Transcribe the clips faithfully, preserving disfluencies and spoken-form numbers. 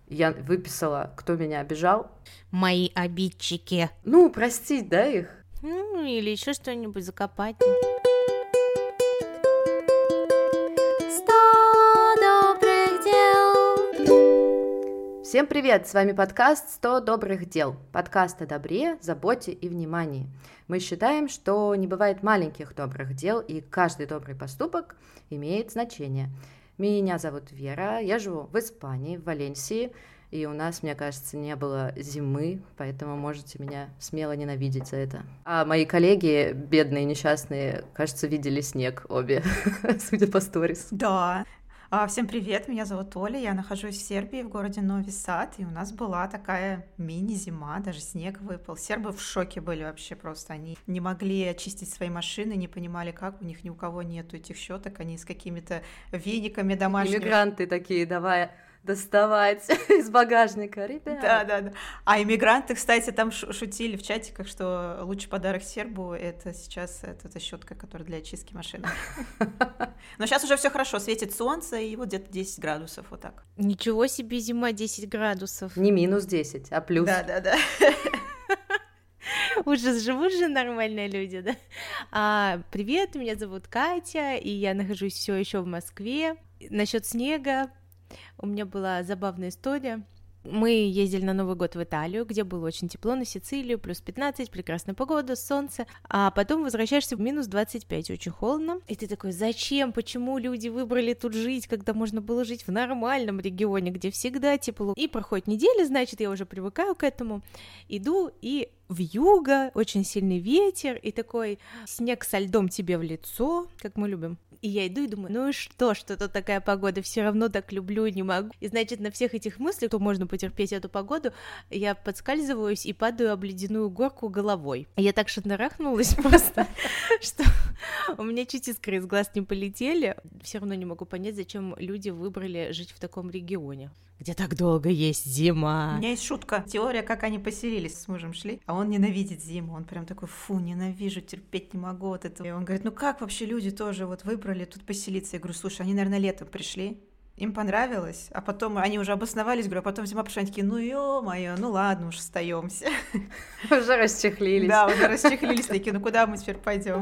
Я выписала, кто меня обижал. Мои обидчики. Ну, простить, да, их? Ну, или еще что-нибудь закопать. Всем привет, с вами подкаст «сто добрых дел», подкаст о добре, заботе и внимании. Мы считаем, что не бывает маленьких добрых дел, и каждый добрый поступок имеет значение. Меня зовут Вера, я живу в Испании, в Валенсии, и у нас, мне кажется, не было зимы, поэтому можете меня смело ненавидеть за это. А мои коллеги, бедные, несчастные, кажется, видели снег обе, судя по сторис. Да. Всем привет, меня зовут Оля, я нахожусь в Сербии, в городе Нови Сад, и у нас была такая мини-зима, даже снег выпал. Сербы в шоке были вообще просто, они не могли очистить свои машины, не понимали, как, у них ни у кого нету этих щеток, они с какими-то вениками домашними. Иммигранты такие, давай доставать из багажника, ребят. Да, да, да. А иммигранты, кстати, там шутили в чатиках, что лучший подарок сербу — это сейчас это, это щетка, которая для очистки машины. Но сейчас уже все хорошо, светит солнце, и вот где-то десять градусов, вот так. Ничего себе, зима десять градусов. Не минус десять, а плюс. Да, да, да. Ужас, живут же нормальные люди, да? А, привет, меня зовут Катя, и я нахожусь все еще в Москве. Насчет снега. У меня была забавная история. Мы ездили на Новый год в Италию, где было очень тепло, на Сицилию, плюс пятнадцать, прекрасная погода, солнце, а потом возвращаешься в минус двадцать пять, очень холодно, и ты такой, зачем, почему люди выбрали тут жить, когда можно было жить в нормальном регионе, где всегда тепло, и проходит неделя, значит, я уже привыкаю к этому, иду, и вьюга, очень сильный ветер, и такой снег со льдом тебе в лицо, как мы любим. И я иду и думаю, ну и что, что тут такая погода, все равно так люблю, не могу. И значит, на всех этих мыслях, то можно потерпеть эту погоду, я подскальзываюсь и падаю об ледяную горку головой. Я так шатнарахнулась просто, что у меня чуть искры из глаз не полетели. Все равно не могу понять, зачем люди выбрали жить в таком регионе, где так долго есть зима. У меня есть шутка, теория, как они поселились, с мужем шли, а он ненавидит зиму, он прям такой, фу, ненавижу, терпеть не могу вот это. И он говорит, ну как вообще люди тоже вот выбрали тут поселиться? Я говорю, слушай, они, наверное, летом пришли, им понравилось, а потом они уже обосновались, говорю, а потом зима пришла, они такие, ну ё-моё, ну ладно уж, остаемся. Уже расчехлились. Да, уже расчехлились, такие, ну куда мы теперь пойдем?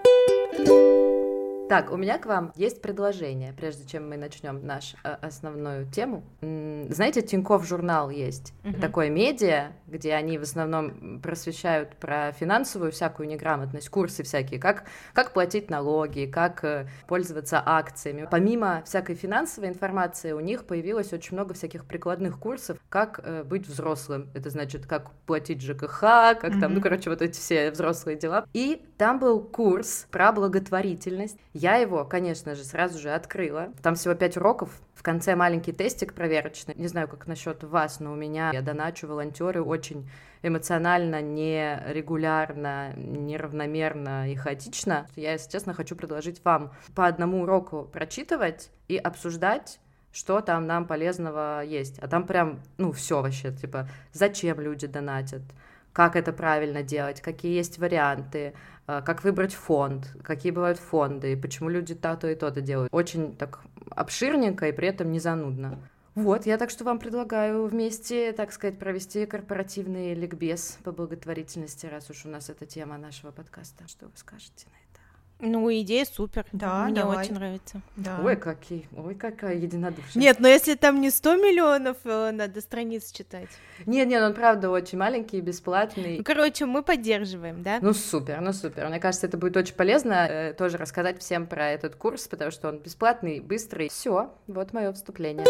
Так, у меня к вам есть предложение, прежде чем мы начнем нашу э, основную тему. Знаете, Тинькофф журнал есть, uh-huh. такое медиа, где они в основном просвещают про финансовую всякую неграмотность, курсы всякие, как, как платить налоги, как э, пользоваться акциями. Помимо всякой финансовой информации, у них появилось очень много всяких прикладных курсов, как э, быть взрослым. Это значит, как платить ЖКХ, как uh-huh. там, ну, короче, вот эти все взрослые дела. И там был курс про благотворительность. Я его, конечно же, сразу же открыла. Там всего пять уроков. В конце маленький тестик проверочный. Не знаю, как насчет вас, но у меня я доначу волонтеры очень эмоционально, нерегулярно, неравномерно и хаотично. Я, если честно, хочу предложить вам по одному уроку прочитывать и обсуждать, что там нам полезного есть. А там прям, ну, все вообще, типа, зачем люди донатят, как это правильно делать, какие есть варианты, как выбрать фонд, какие бывают фонды, и почему люди то-то и то-то делают. Очень так обширненько и при этом не занудно. Вот, я так что вам предлагаю вместе, так сказать, провести корпоративный ликбез по благотворительности, раз уж у нас это тема нашего подкаста. Что вы скажете на это? Ну, идея супер. Да, мне давай. очень нравится. Да. Ой, какие, ой, какая единодушная. Нет, но если там не сто миллионов, надо страниц читать. Нет, нет, он правда очень маленький, бесплатный. Ну, короче, мы поддерживаем, да? Ну, супер, ну, супер. Мне кажется, это будет очень полезно э, тоже рассказать всем про этот курс, потому что он бесплатный, быстрый. Все, вот мое вступление.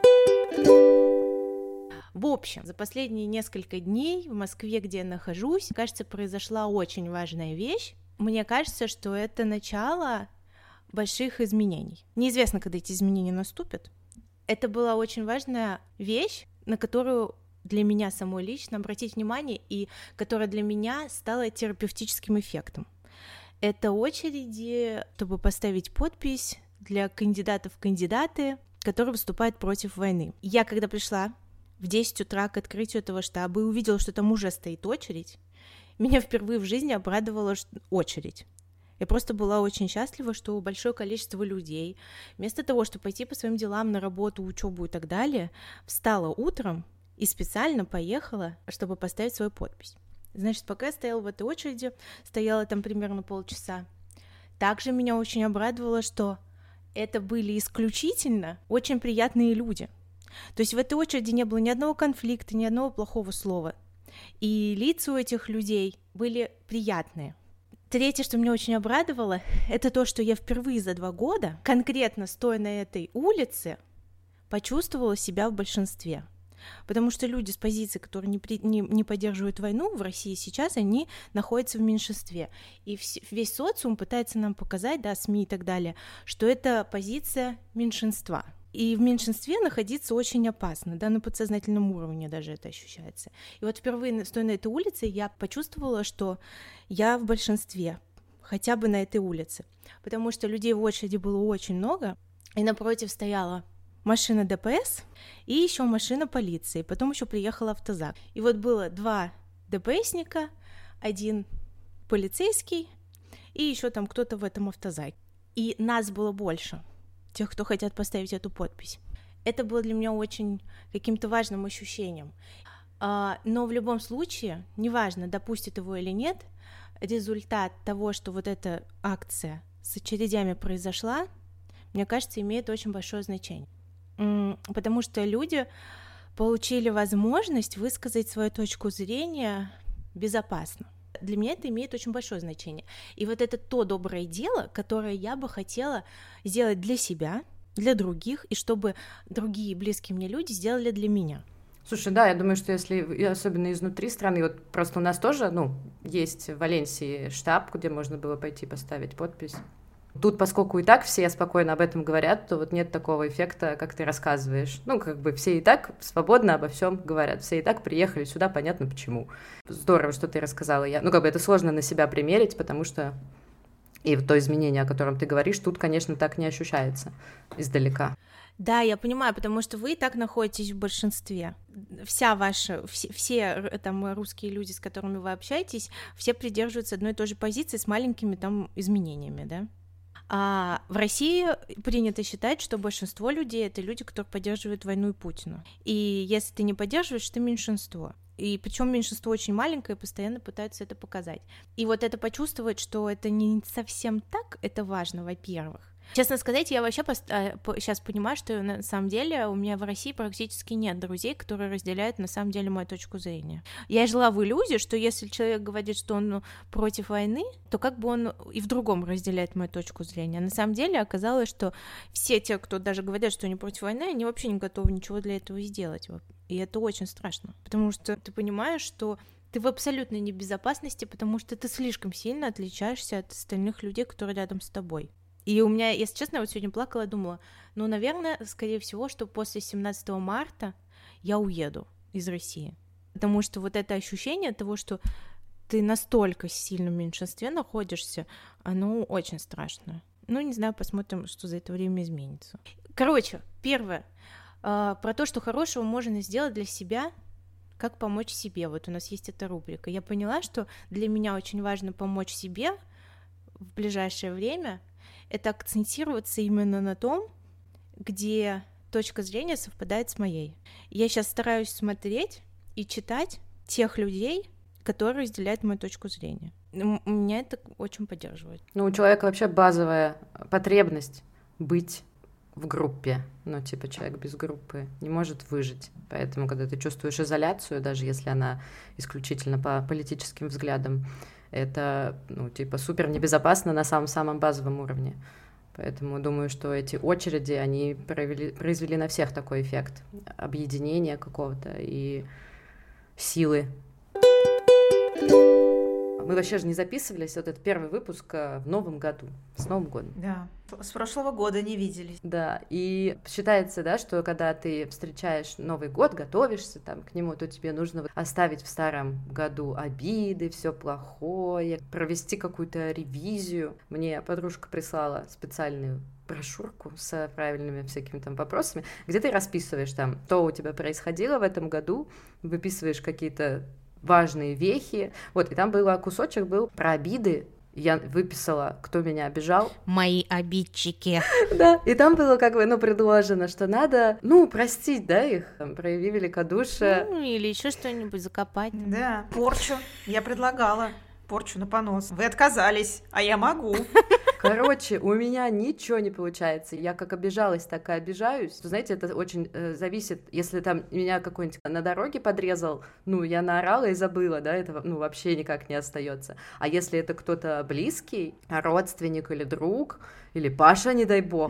В общем, за последние несколько дней в Москве, где я нахожусь, кажется, произошла очень важная вещь. Мне кажется, что это начало больших изменений. Неизвестно, когда эти изменения наступят. Это была очень важная вещь, на которую для меня самой лично обратить внимание, и которая для меня стала терапевтическим эффектом. Это очереди, чтобы поставить подпись для кандидатов в кандидаты, которые выступают против войны. Я, когда пришла в десять утра к открытию этого штаба и увидела, что там уже стоит очередь, меня впервые в жизни обрадовала очередь. Я просто была очень счастлива, что большое количество людей, вместо того, чтобы пойти по своим делам на работу, учебу и так далее, встала утром и специально поехала, чтобы поставить свою подпись. Значит, пока я стояла в этой очереди, стояла там примерно полчаса, также меня очень обрадовало, что это были исключительно очень приятные люди. То есть в этой очереди не было ни одного конфликта, ни одного плохого слова. И лица у этих людей были приятные. Третье, что меня очень обрадовало, это то, что я впервые за два года, конкретно стоя на этой улице, почувствовала себя в большинстве. Потому что люди с позиции, которые не, при, не, не поддерживают войну в России сейчас, они находятся в меньшинстве. И вс, весь социум пытается нам показать, да, СМИ и так далее, что это позиция меньшинства. И в меньшинстве находиться очень опасно, да, на подсознательном уровне даже это ощущается. И вот впервые, стоя на этой улице, я почувствовала, что я в большинстве, хотя бы на этой улице, потому что людей в очереди было очень много, и напротив стояла машина ДПС и еще машина полиции, потом еще приехал автозак. И вот было два ДПСника, один полицейский и еще там кто-то в этом автозаке. И нас было больше, тех, кто хотят поставить эту подпись. Это было для меня очень каким-то важным ощущением. Но в любом случае, неважно, допустит его или нет, результат того, что вот эта акция с очередями произошла, мне кажется, имеет очень большое значение. Потому что люди получили возможность высказать свою точку зрения безопасно. Для меня это имеет очень большое значение. И вот это то доброе дело, которое я бы хотела сделать для себя, для других, и чтобы другие близкие мне люди сделали для меня. Слушай, да, я думаю, что если, особенно изнутри страны, вот просто у нас тоже, ну, есть в Валенсии штаб, где можно было пойти поставить подпись. Тут, поскольку и так все спокойно об этом говорят, то вот нет такого эффекта, как ты рассказываешь. Ну, как бы все и так свободно обо всем говорят, все и так приехали сюда, понятно почему. Здорово, что ты рассказала. Я, ну, как бы это сложно на себя примерить, потому что и то изменение, о котором ты говоришь, тут, конечно, так не ощущается издалека. Да, я понимаю, потому что вы и так находитесь в большинстве. Вся ваша, все, все там русские люди, с которыми вы общаетесь, все придерживаются одной и той же позиции с маленькими там изменениями, да? А в России принято считать, что большинство людей — это люди, которые поддерживают войну и Путина. И если ты не поддерживаешь, ты меньшинство. И причем меньшинство очень маленькое, и постоянно пытаются это показать. И вот это почувствовать, что это не совсем так, это важно, во-первых. Честно сказать, я вообще пост- сейчас понимаю, что на самом деле у меня в России практически нет друзей, которые разделяют на самом деле мою точку зрения. Я жила в иллюзии, что если человек говорит, что он против войны, то как бы он и в другом разделяет мою точку зрения. На самом деле оказалось, что все те, кто даже говорят, что они против войны, они вообще не готовы ничего для этого сделать. И это очень страшно, потому что ты понимаешь, что ты в абсолютной небезопасности, потому что ты слишком сильно отличаешься от остальных людей, которые рядом с тобой. И у меня, если честно, я вот сегодня плакала и думала, ну, наверное, скорее всего, что после семнадцатого марта я уеду из России. Потому что вот это ощущение того, что ты настолько сильно в меньшинстве находишься, оно очень страшное. Ну, не знаю, посмотрим, что за это время изменится. Короче, первое, про то, что хорошего можно сделать для себя, как помочь себе. Вот у нас есть эта рубрика. Я поняла, что для меня очень важно помочь себе в ближайшее время, это акцентироваться именно на том, где точка зрения совпадает с моей. Я сейчас стараюсь смотреть и читать тех людей, которые разделяют мою точку зрения. Меня это очень поддерживает. Ну, у человека вообще базовая потребность быть в группе. Ну, типа, человек без группы не может выжить. Поэтому, когда ты чувствуешь изоляцию, даже если она исключительно по политическим взглядам, это, ну, типа, супер небезопасно на самом-самом базовом уровне. Поэтому думаю, что эти очереди, они провели, произвели на всех такой эффект объединения какого-то и силы. Мы вообще же не записывались, вот этот первый выпуск в новом году, с Новым годом. Да, с прошлого года не виделись. Да, и считается, да, что когда ты встречаешь Новый год, готовишься там к нему, то тебе нужно оставить в старом году обиды, все плохое, провести какую-то ревизию. Мне подружка прислала специальную брошюрку с правильными всякими там вопросами, где ты расписываешь там, что у тебя происходило в этом году, выписываешь какие-то важные вехи. Вот, и там был кусочек был про обиды Я выписала, кто меня обижал. Мои обидчики. Да, и там было как бы, ну, предложено, что надо, ну, простить, да, их, там, прояви великодушие. Ну, или еще что-нибудь закопать. Да, порчу. Я предлагала порчу на понос. Вы отказались, а я могу. Короче, у меня ничего не получается. Я как обижалась, так и обижаюсь. Знаете, это очень э, зависит, если там меня какой-нибудь на дороге подрезал, ну, я наорала и забыла, да, это, ну, вообще никак не остается. А если это кто-то близкий, родственник или друг, или Паша, не дай бог.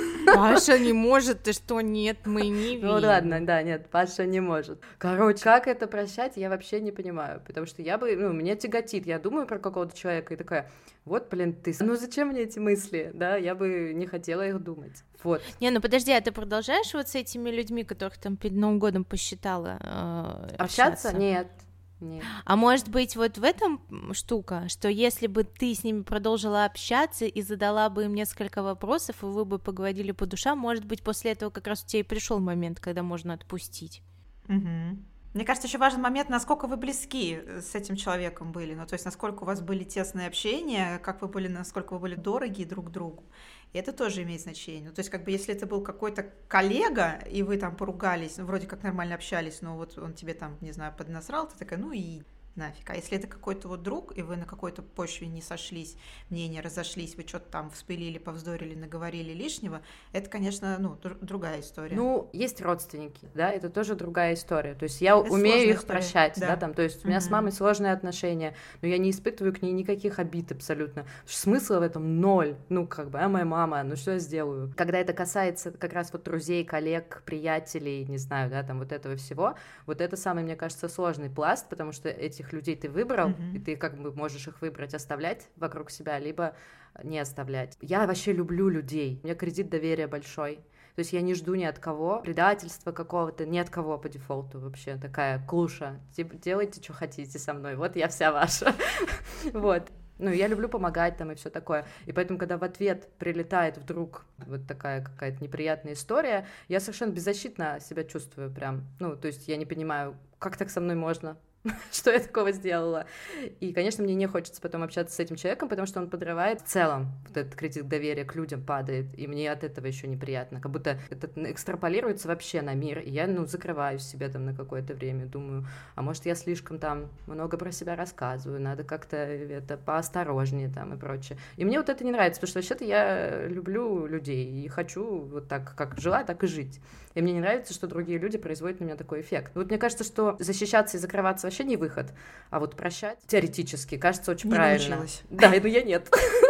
Паша не может, ты что, нет, мы не видим. Ну ладно, да, нет, Паша не может. Короче, как это прощать, я вообще не понимаю, потому что я бы, ну, меня тяготит, я думаю про какого-то человека и такая, вот, блин, ты, ну зачем мне эти мысли, да, я бы не хотела их думать, вот. Не, ну подожди, а ты продолжаешь вот с этими людьми, которых там перед Новым годом посчитала, э, общаться? общаться? Нет. Нет. А может быть, вот в этом штука, что если бы ты с ними продолжила общаться и задала бы им несколько вопросов, и вы бы поговорили по душам, может быть, после этого как раз у тебя и пришел момент, когда можно отпустить. Угу. Мне кажется, еще важен момент, насколько вы близки с этим человеком были, ну, то есть насколько у вас были тесные общения, как вы были, насколько вы были дороги друг другу. И это тоже имеет значение. Ну, то есть, как бы, если это был какой-то коллега, и вы там поругались, ну, вроде как нормально общались, но вот он тебе там, не знаю, поднасрал, ты такая, ну и нафиг. А если это какой-то вот друг, и вы на какой-то почве не сошлись, мнения разошлись, вы что-то там вспылили, повздорили, наговорили лишнего, это, конечно, ну, др- другая история. Ну, есть родственники, да, это тоже другая история. То есть я это умею их история. прощать, да. да, там, то есть у меня угу. с мамой сложные отношения, но я не испытываю к ней никаких обид абсолютно. Потому что смысла в этом ноль. Ну, как бы, а моя мама, ну что я сделаю? Когда это касается как раз вот друзей, коллег, приятелей, не знаю, да, там вот этого всего, вот это самый, мне кажется, сложный пласт, потому что этих людей ты выбрал, mm-hmm. и ты как бы можешь их выбрать, оставлять вокруг себя, либо не оставлять. Я вообще люблю людей, у меня кредит доверия большой, то есть я не жду ни от кого предательства какого-то, ни от кого по дефолту вообще, такая клуша, типа делайте, что хотите со мной, вот я вся ваша, вот. Ну, я люблю помогать там и все такое. И поэтому, когда в ответ прилетает вдруг вот такая какая-то неприятная история, я совершенно беззащитно себя чувствую прям. Ну, то есть я не понимаю, как так со мной можно? Что я такого сделала? И, конечно, мне не хочется потом общаться с этим человеком, потому что он подрывает в целом. Вот этот кредит доверия к людям падает, и мне от этого еще неприятно. Как будто это экстраполируется вообще на мир, и я, ну, закрываюсь себе там на какое-то время, думаю, а может, я слишком там много про себя рассказываю, надо как-то это поосторожнее там и прочее. И мне вот это не нравится, потому что вообще-то я люблю людей и хочу вот так, как жила, так и жить. И мне не нравится, что другие люди производят на меня такой эффект. Вот мне кажется, что защищаться и закрываться вообще не выход, а вот прощать теоретически кажется очень не правильно. Научилась. Да, но я нет.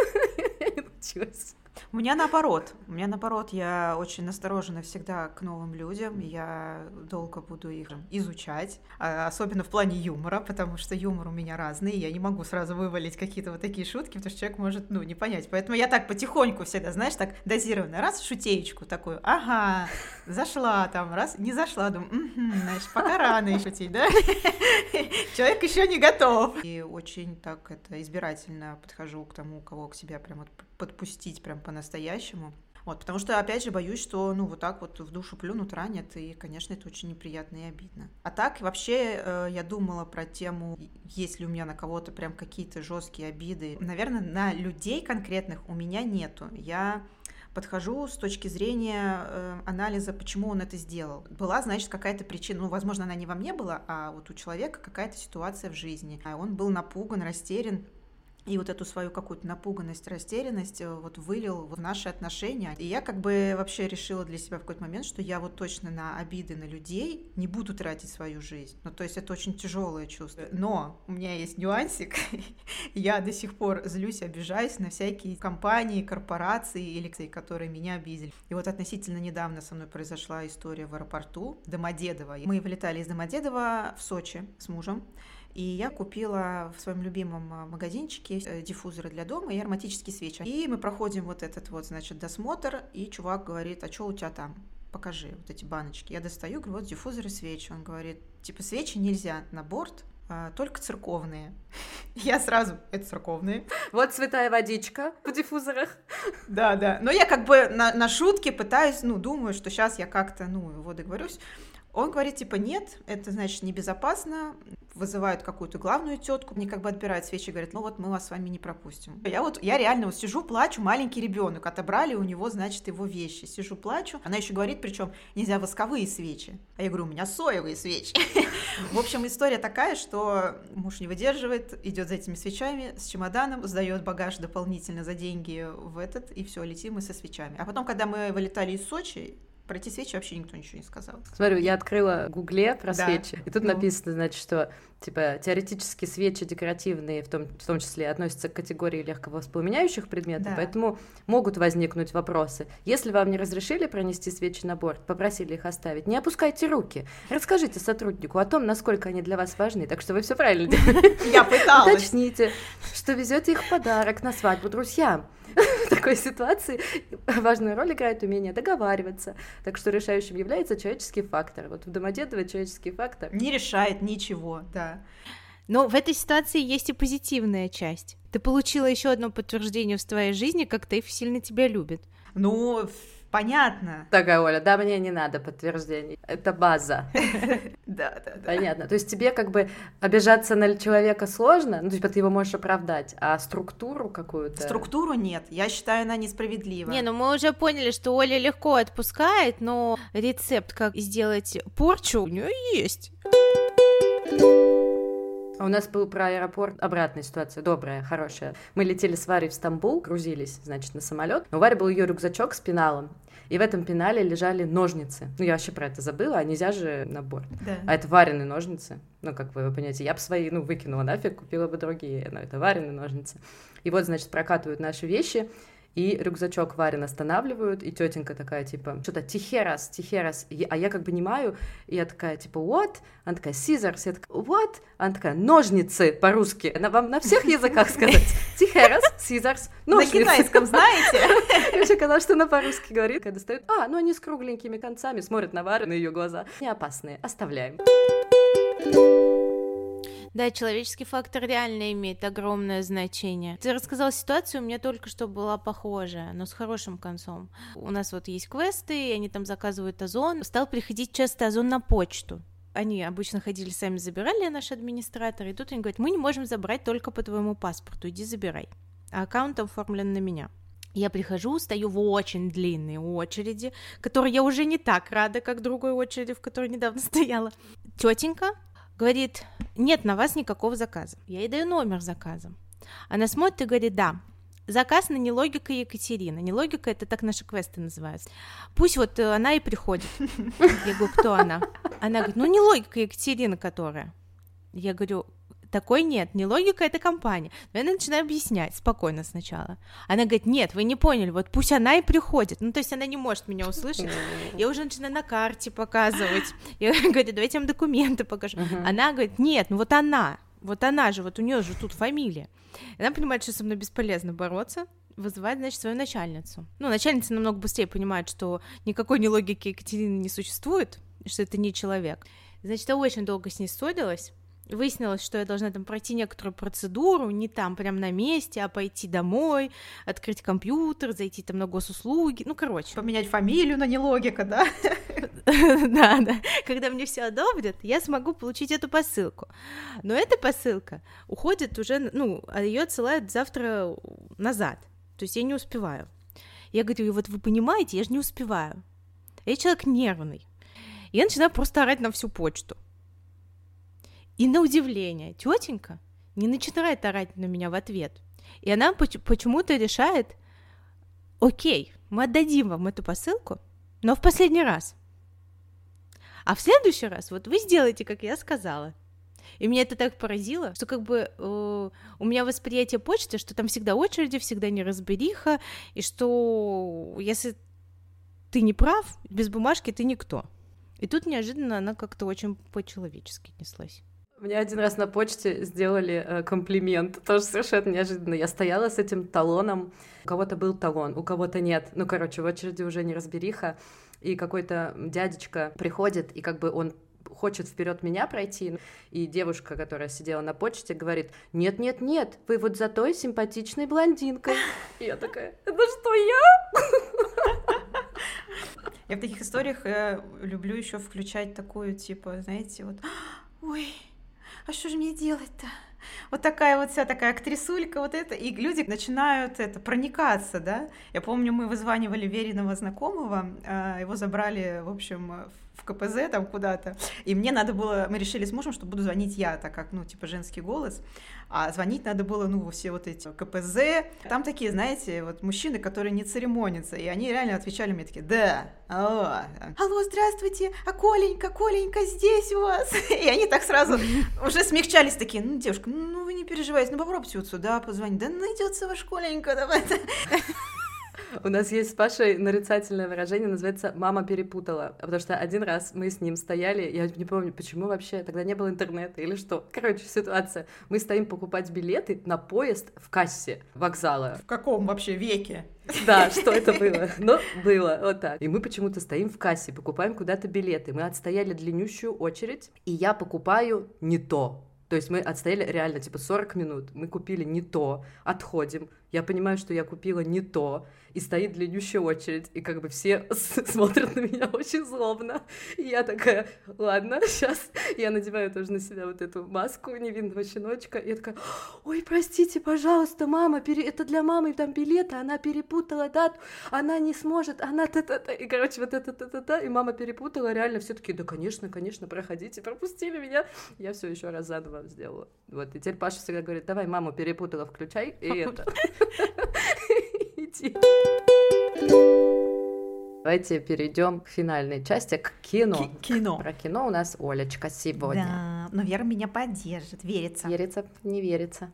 Я не научилась. У меня наоборот. У меня наоборот, я очень насторожена всегда к новым людям. Я долго буду их изучать, особенно в плане юмора, потому что юмор у меня разный. Я не могу сразу вывалить какие-то вот такие шутки, потому что человек может, ну, не понять. Поэтому я так потихоньку всегда, знаешь, так дозированно. Раз шутеечку такую, ага, зашла там, раз, не зашла, думаю, угу, значит, пока рано и шутить, да? Человек еще не готов. И очень так это избирательно подхожу к тому, кого к себе прям вот подпустить прям по-настоящему. Вот, потому что, опять же, боюсь, что, ну, вот так вот в душу плюнут, ранят, и, конечно, это очень неприятно и обидно. А так, вообще, э, я думала про тему, есть ли у меня на кого-то прям какие-то жесткие обиды. Наверное, на людей конкретных у меня нету. Я подхожу с точки зрения э, анализа, почему он это сделал. Была, значит, какая-то причина, ну, возможно, она не во мне была, а вот у человека какая-то ситуация в жизни. А он был напуган, растерян, и вот эту свою какую-то напуганность, растерянность вот вылил в наши отношения. И я как бы вообще решила для себя в какой-то момент, что я вот точно на обиды на людей не буду тратить свою жизнь. Ну, то есть это очень тяжелое чувство. Но у меня есть нюансик. Я до сих пор злюсь, обижаюсь на всякие компании, корпорации или которые меня обидели. И вот относительно недавно со мной произошла история в аэропорту Домодедово. Мы вылетали из Домодедово в Сочи с мужем. И я купила в своем любимом магазинчике диффузоры для дома и ароматические свечи. И мы проходим вот этот вот, значит, досмотр, и чувак говорит, а что у тебя там? Покажи вот эти баночки. Я достаю, говорю, вот диффузоры свечи. Он говорит, типа, свечи нельзя на борт, а, только церковные. Я сразу, это церковные. Вот святая водичка в диффузорах. Да, да. Но я как бы на, на шутке пытаюсь, ну, думаю, что сейчас я как-то, ну, его договорюсь. Он говорит, типа, нет, это, значит, небезопасно, вызывают какую-то главную тетку, мне как бы отбирают свечи и говорят, ну вот мы вас с вами не пропустим. Я вот, я реально вот сижу, плачу, маленький ребенок, отобрали у него, значит, его вещи. Сижу, плачу. Она еще говорит, причем нельзя восковые свечи. А я говорю, у меня соевые свечи. В общем, история такая, что муж не выдерживает, идет за этими свечами с чемоданом, сдает багаж дополнительно за деньги в этот, и все, летим мы со свечами. А потом, когда мы вылетали из Сочи, про эти свечи вообще никто ничего не сказал. Смотрю, я открыла в Гугле про да. свечи, и тут ну. написано, значит, что типа теоретически свечи декоративные, в том, в том числе относятся к категории легковоспламеняющих предметов, да. поэтому могут возникнуть вопросы. Если вам не разрешили пронести свечи на борт, попросили их оставить, не опускайте руки. Расскажите сотруднику о том, насколько они для вас важны. Так что вы все правильно делаете. Я пыталась. Уточните, что везете их в подарок на свадьбу друзьям. В такой ситуации важную роль играет умение договариваться. Так что решающим является человеческий фактор. Вот в Домодедово человеческий фактор не решает ничего, да. Но в этой ситуации есть и позитивная часть. Ты получила еще одно подтверждение в твоей жизни, как Тэйф сильно тебя любит. Ну, понятно. Такая, Оля, да, мне не надо подтверждений. Это база. Да, да, да. Понятно. То есть тебе как бы обижаться на человека сложно, ну, типа ты его можешь оправдать, а структуру какую-то... Структуру нет. Я считаю, она несправедлива. Не, ну мы уже поняли, что Оля легко отпускает, но рецепт, как сделать порчу, у нее есть. А у нас был про аэропорт обратная ситуация, добрая, хорошая. Мы летели с Варей в Стамбул, грузились, значит, на самолет. У Вари был ее рюкзачок с пеналом, и в этом пенале лежали ножницы. Ну, я вообще про это забыла, а нельзя же на борт. Да. А это Варины ножницы. Ну, как вы понимаете, я бы свои, ну, выкинула нафиг, купила бы другие, но это Варины ножницы. И вот, значит, прокатывают наши вещи, и рюкзачок Варин останавливают, и тетенька такая, типа, что-то тихерас, тихерас, а я как бы понимаю, и я такая, типа, what? Она такая, scissors, я такая, what? Она такая, ножницы по-русски, она вам на всех языках сказать, тихерас, scissors, ножницы. На китайском знаете? Я вообще казалось, что она по-русски говорит, когда достают, а, ну они с кругленькими концами, смотрят на Варю, на ее глаза, не опасные, оставляем. Да, человеческий фактор реально имеет огромное значение. Ты рассказала ситуацию, у меня только что была похожая, но с хорошим концом. У нас вот есть квесты, и они там заказывают озон. Стал приходить часто озон на почту. Они обычно ходили, сами забирали, наши администраторы, и тут они говорят, мы не можем забрать только по твоему паспорту, иди забирай. А аккаунт оформлен на меня. Я прихожу, стою в очень длинной очереди, которой я уже не так рада, как другой очереди, в которой недавно стояла. Тетенька говорит, нет на вас никакого заказа. Я ей даю номер заказа. Она смотрит и говорит, да, заказ на Нелогика Екатерина. Нелогика — это так наши квесты называются. Пусть вот она и приходит. Я говорю, кто она? Она говорит, ну Нелогика Екатерина, которая. Я говорю, такой нет, Нелогика — это компания. Но я начинаю объяснять спокойно сначала. Она говорит, нет, вы не поняли, вот пусть она и приходит. Ну, то есть она не может меня услышать. Я уже начинаю на карте показывать. Я говорю, давайте я вам документы покажу. Uh-huh. Она говорит, нет, ну вот она, вот она же, вот у нее же тут фамилия. И она понимает, что со мной бесполезно бороться, вызывает, значит, свою начальницу. Ну, начальница намного быстрее понимает, что никакой Нелогики Екатерины не существует, что это не человек. Значит, я очень долго с ней ссорилась. Выяснилось, что я должна там пройти некоторую процедуру, не там прям на месте, а пойти домой, открыть компьютер, зайти там на госуслуги, ну, короче. Поменять фамилию на Нелогика, да? Да, да. Когда мне все одобрят, я смогу получить эту посылку. Но эта посылка уходит уже, ну, а ее отсылают завтра назад, то есть я не успеваю. Я говорю, вот вы понимаете, я же не успеваю. Я человек нервный. Я начинаю просто орать на всю почту. И на удивление, тетенька не начинает орать на меня в ответ. И она почему-то решает, окей, мы отдадим вам эту посылку, но в последний раз. А в следующий раз вот вы сделаете, как я сказала. И меня это так поразило, что как бы э, у меня восприятие почты, что там всегда очереди, всегда неразбериха, и что если ты не прав, без бумажки ты никто. И тут неожиданно она как-то очень по-человечески отнеслась. Мне один раз на почте сделали э, комплимент, тоже совершенно неожиданно. Я стояла с этим талоном, у кого-то был талон, у кого-то нет. Ну, короче, в очереди уже неразбериха, и какой-то дядечка приходит, и как бы он хочет вперед меня пройти, и девушка, которая сидела на почте, говорит, нет-нет-нет, вы вот за той симпатичной блондинкой. И я такая, это что, я? Я в таких историях э, люблю еще включать такую, типа, знаете, вот, ой, а что же мне делать-то? Вот такая вот вся такая актрисулька, вот это, и люди начинают это проникаться, да. Я помню, мы вызванивали Вериного знакомого, его забрали, в общем, в ка пэ зэ там куда-то, и мне надо было, мы решили с мужем, что буду звонить я, так как, ну, типа, женский голос, а звонить надо было, ну, во все вот эти ка пэ зэ, там такие, знаете, вот мужчины, которые не церемонятся, и они реально отвечали мне такие, да, алло, алло, здравствуйте, а Коленька, Коленька здесь у вас, и они так сразу уже смягчались, такие, ну, девушка, ну, вы не переживайте, ну, попробуйте вот сюда позвонить, да найдется ваш Коленька, давай. У нас есть с Пашей нарицательное выражение, называется «мама перепутала», потому что один раз мы с ним стояли, я не помню, почему вообще, тогда не было интернета или что. Короче, ситуация. Мы стоим покупать билеты на поезд в кассе вокзала. В каком вообще веке? Да, что это было? Но было, вот так. И мы почему-то стоим в кассе, покупаем куда-то билеты. Мы отстояли длиннющую очередь, и я покупаю не то. То есть мы отстояли реально, типа, сорок минут, мы купили не то, отходим, я понимаю, что я купила не то, и стоит длиннющая очередь, и как бы все смотрят на меня очень злобно, и я такая, ладно, сейчас я надеваю тоже на себя вот эту маску невинного щеночка, и я такая, ой, простите, пожалуйста, мама, пере... это для мамы там билеты, она перепутала дату, она не сможет, она та-та-та, и, короче, вот это та-та-та, и мама перепутала, реально все таки да, конечно, конечно, проходите, пропустили меня, я все еще раз заново сделала. Вот, и теперь Паша всегда говорит, давай, маму перепутала, включай, и это. Иди. Давайте перейдем к финальной части, к кино. Кино. Про кино у нас Олечка сегодня. Да, но Вера меня поддержит, верится. Верится, не верится.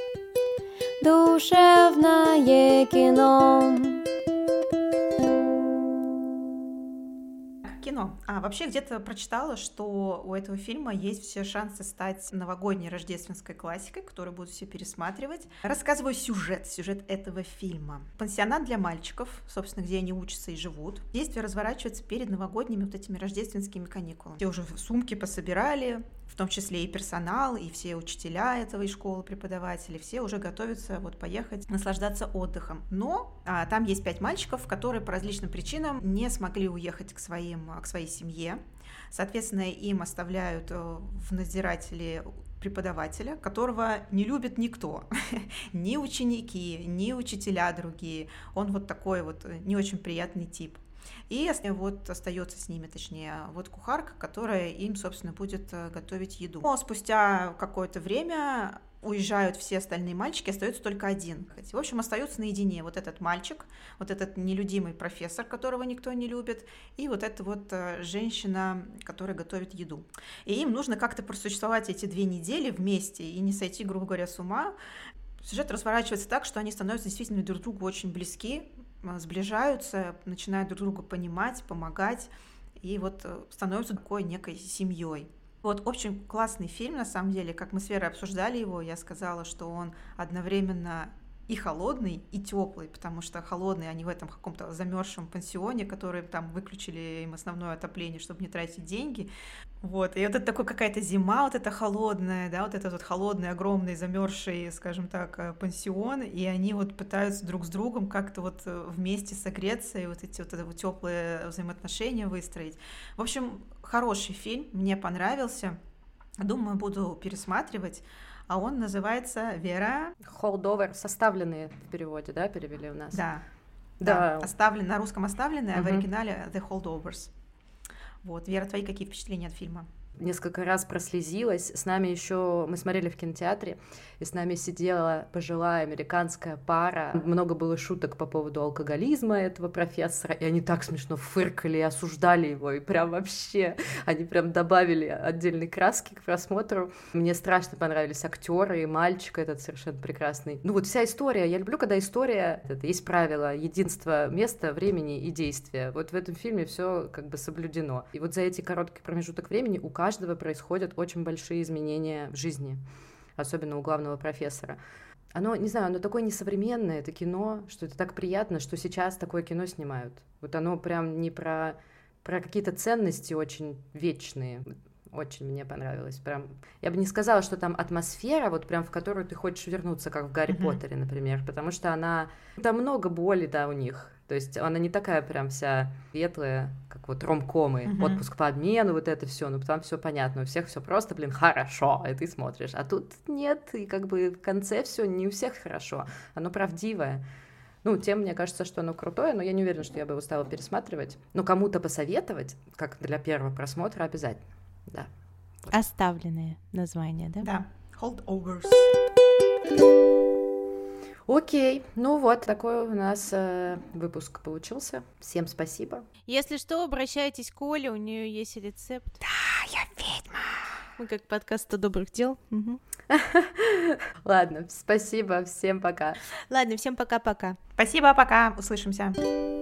Душевное кино. Кино. А вообще где-то прочитала, что у этого фильма есть все шансы стать новогодней рождественской классикой, которую будут все пересматривать. Рассказываю сюжет, сюжет этого фильма. Пансионат для мальчиков, собственно, где они учатся и живут. Действие разворачивается перед новогодними вот этими рождественскими каникулами. Все уже сумки пособирали, в том числе и персонал, и все учителя этого школы, преподаватели, все уже готовятся вот поехать наслаждаться отдыхом. Но а, там есть пять мальчиков, которые по различным причинам не смогли уехать к своим, к своей семье. Соответственно, им оставляют в надзирателе преподавателя, которого не любит никто, ни ученики, ни учителя другие. Он вот такой вот не очень приятный тип. И вот остается с ними, точнее, вот кухарка, которая им, собственно, будет готовить еду. Но спустя какое-то время уезжают все остальные мальчики, остается только один. В общем, остается наедине вот этот мальчик, вот этот нелюдимый профессор, которого никто не любит, и вот эта вот женщина, которая готовит еду. И им нужно как-то просуществовать эти две недели вместе и не сойти, грубо говоря, с ума. Сюжет разворачивается так, что они становятся действительно друг другу очень близки, сближаются, начинают друг друга понимать, помогать, и вот становятся такой некой семьей. Вот очень классный фильм, на самом деле, как мы с Верой обсуждали его, я сказала, что он одновременно и холодный, и теплый, потому что холодный они в этом каком-то замерзшем пансионе, который там выключили им основное отопление, чтобы не тратить деньги. Вот, и вот это такой какая-то зима, вот эта холодная, да, вот этот вот холодный, огромный, замерзший, скажем так, пансион, и они вот пытаются друг с другом как-то вот вместе согреться и вот эти вот, вот теплые взаимоотношения выстроить. В общем, хороший фильм, мне понравился, думаю, буду пересматривать. А он называется, Вера... Holdover, составленные в переводе, да, перевели у нас? Да, да. да. Оставлен, на русском оставленные, uh-huh. а в оригинале The Holdovers. Вот, Вера, твои какие впечатления от фильма? Несколько раз прослезилась. С нами еще мы смотрели в кинотеатре, и с нами сидела пожилая американская пара. Много было шуток по поводу алкоголизма этого профессора, и они так смешно фыркали и осуждали его, и прям вообще они прям добавили отдельной краски к просмотру. Мне страшно понравились актеры и мальчик этот совершенно прекрасный. Ну вот вся история. Я люблю, когда история, это есть правило, единство места, времени и действия. Вот в этом фильме все как бы соблюдено. И вот за эти короткий промежуток времени у каждого происходят очень большие изменения в жизни, особенно у главного профессора. Оно, не знаю, оно такое несовременное, это кино, что это так приятно, что сейчас такое кино снимают. Вот оно прям не про, про какие-то ценности очень вечные. очень мне понравилось. Прям, я бы не сказала, что там атмосфера, вот прям в которую ты хочешь вернуться, как в Гарри mm-hmm. Поттере, например, потому что она... Там много боли, да, у них. То есть она не такая прям вся светлая, как вот ромкомы, mm-hmm. отпуск по обмену, вот это все, ну там все понятно, у всех все просто, блин, хорошо, и ты смотришь. А тут нет, и как бы в конце все не у всех хорошо, оно правдивое. Ну, тем, мне кажется, что оно крутое, но я не уверена, что я бы его стала пересматривать. Но кому-то посоветовать, как для первого просмотра, обязательно, да. Оставленные названия, да? Да, Holdovers. Окей, ну вот, такой у нас э, выпуск получился. Всем спасибо. Если что, обращайтесь к Оле, у нее есть рецепт. Да, я ведьма. Мы как подкаст «сто добрых дел». Угу. Ладно, спасибо, всем пока. Ладно, всем пока-пока. Спасибо, пока, услышимся.